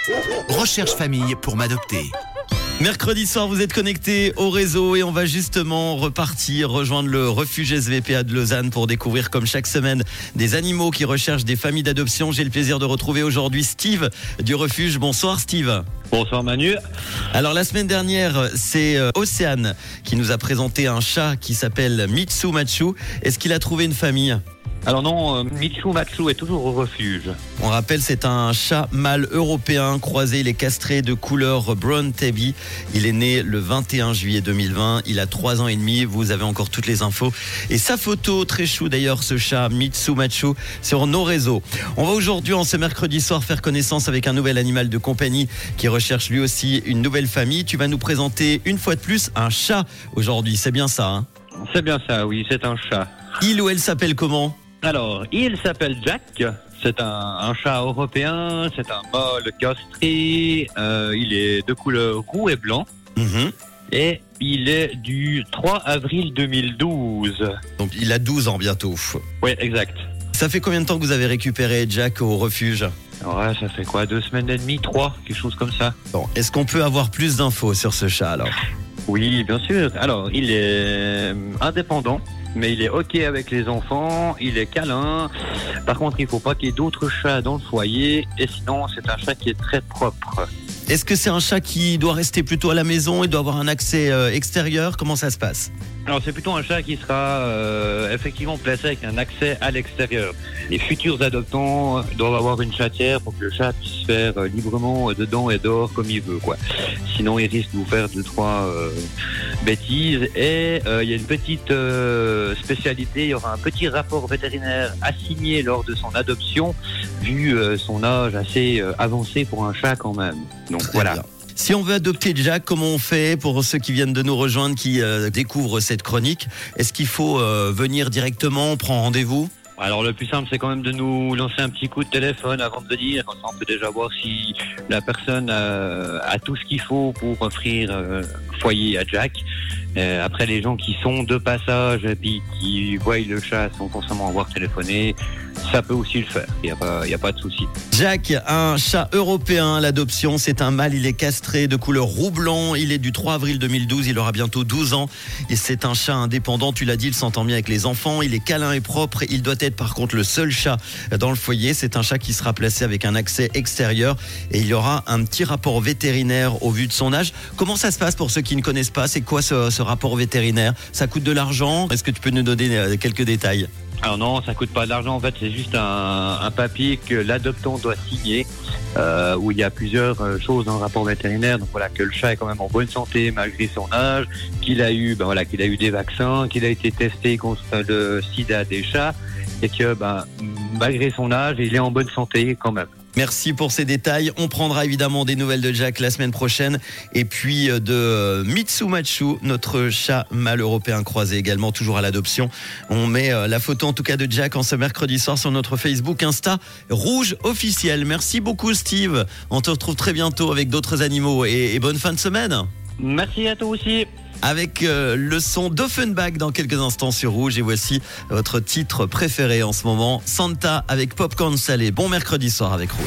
Recherche famille pour m'adopter. Mercredi soir, vous êtes connectés au réseau et on va justement rejoindre le refuge SVPA de Lausanne pour découvrir comme chaque semaine des animaux qui recherchent des familles d'adoption. J'ai le plaisir de retrouver aujourd'hui Steve du refuge. Bonsoir Steve. Bonsoir Manu. Alors la semaine dernière, c'est Océane qui nous a présenté un chat qui s'appelle Mitsu Machu. Est-ce qu'il a trouvé une famille ? Alors non, Mitsu Machu est toujours au refuge. On rappelle, c'est un chat mâle européen croisé, il est castré de couleur brown tabby. Il est né le 21 juillet 2020, il a 3 ans et demi, vous avez encore toutes les infos. Et sa photo, très chou d'ailleurs, ce chat Mitsu Machu, sur nos réseaux. On va aujourd'hui, en ce mercredi soir, faire connaissance avec un nouvel animal de compagnie qui recherche lui aussi une nouvelle famille. Tu vas nous présenter une fois de plus un chat aujourd'hui, c'est bien ça hein ? C'est bien ça, oui, c'est un chat. Il ou elle s'appelle comment ? Alors, il s'appelle Jack, c'est un chat européen, c'est un mâle castré, il est de couleur roux et blanc, et il est du 3 avril 2012. Donc il a 12 ans bientôt. Oui, exact. Ça fait combien de temps que vous avez récupéré Jack au refuge ? Ouais, ça fait quoi, 2 semaines et demie, 3, quelque chose comme ça. Bon, est-ce qu'on peut avoir plus d'infos sur ce chat alors ? Oui, bien sûr. Alors, il est indépendant, mais il est OK avec les enfants, il est câlin. Par contre, il ne faut pas qu'il y ait d'autres chats dans le foyer, et sinon, c'est un chat qui est très propre. Est-ce que c'est un chat qui doit rester plutôt à la maison et doit avoir un accès extérieur ? Comment ça se passe ? Alors, c'est plutôt un chat qui sera effectivement placé avec un accès à l'extérieur. Les futurs adoptants doivent avoir une chatière pour que le chat puisse faire librement dedans et dehors comme il veut, quoi. Sinon, il risque de vous faire 2-3 bêtises. Et il y a une petite spécialité, il y aura un petit rapport vétérinaire assigné lors de son adoption, vu son âge assez avancé pour un chat quand même. Donc Très voilà. bien. Si on veut adopter Jack, comment on fait pour ceux qui viennent de nous rejoindre, qui découvrent cette chronique ? Est-ce qu'il faut venir directement, on prend rendez-vous ? Alors le plus simple, c'est quand même de nous lancer un petit coup de téléphone avant de venir. Comme ça, on peut déjà voir si la personne a tout ce qu'il faut pour offrir foyer à Jack. Après, les gens qui sont de passage et puis qui voient le chat sans forcément avoir téléphoné, ça peut aussi le faire. Il y a pas de souci. Jack, un chat européen, l'adoption, c'est un mâle, il est castré de couleur roux blanc, il est du 3 avril 2012, il aura bientôt 12 ans et c'est un chat indépendant, tu l'as dit, il s'entend bien avec les enfants, il est câlin et propre, il doit être par contre le seul chat dans le foyer, c'est un chat qui sera placé avec un accès extérieur et il y aura un petit rapport vétérinaire au vu de son âge. Comment ça se passe pour ceux qui ne connaissent pas ? C'est quoi ce rapport vétérinaire ? Ça coûte de l'argent ? Est-ce que tu peux nous donner quelques détails ? Alors non, ça coûte pas de l'argent. En fait, c'est juste un papier que l'adoptant doit signer, où il y a plusieurs choses dans le rapport vétérinaire. Donc voilà, que le chat est quand même en bonne santé malgré son âge, qu'il a eu des vaccins, qu'il a été testé contre le sida des chats, et que malgré son âge, il est en bonne santé quand même. Merci pour ces détails. On prendra évidemment des nouvelles de Jack la semaine prochaine. Et puis de Mitsu Machu, notre chat mâle européen croisé également, toujours à l'adoption. On met la photo en tout cas de Jack en ce mercredi soir sur notre Facebook Insta Rouge officiel. Merci beaucoup Steve. On te retrouve très bientôt avec d'autres animaux et bonne fin de semaine. Merci à toi aussi. Avec le son d'Offenbach dans quelques instants sur Rouge. Et voici votre titre préféré en ce moment, Santa avec Popcorn Salé. Bon mercredi soir avec Rouge.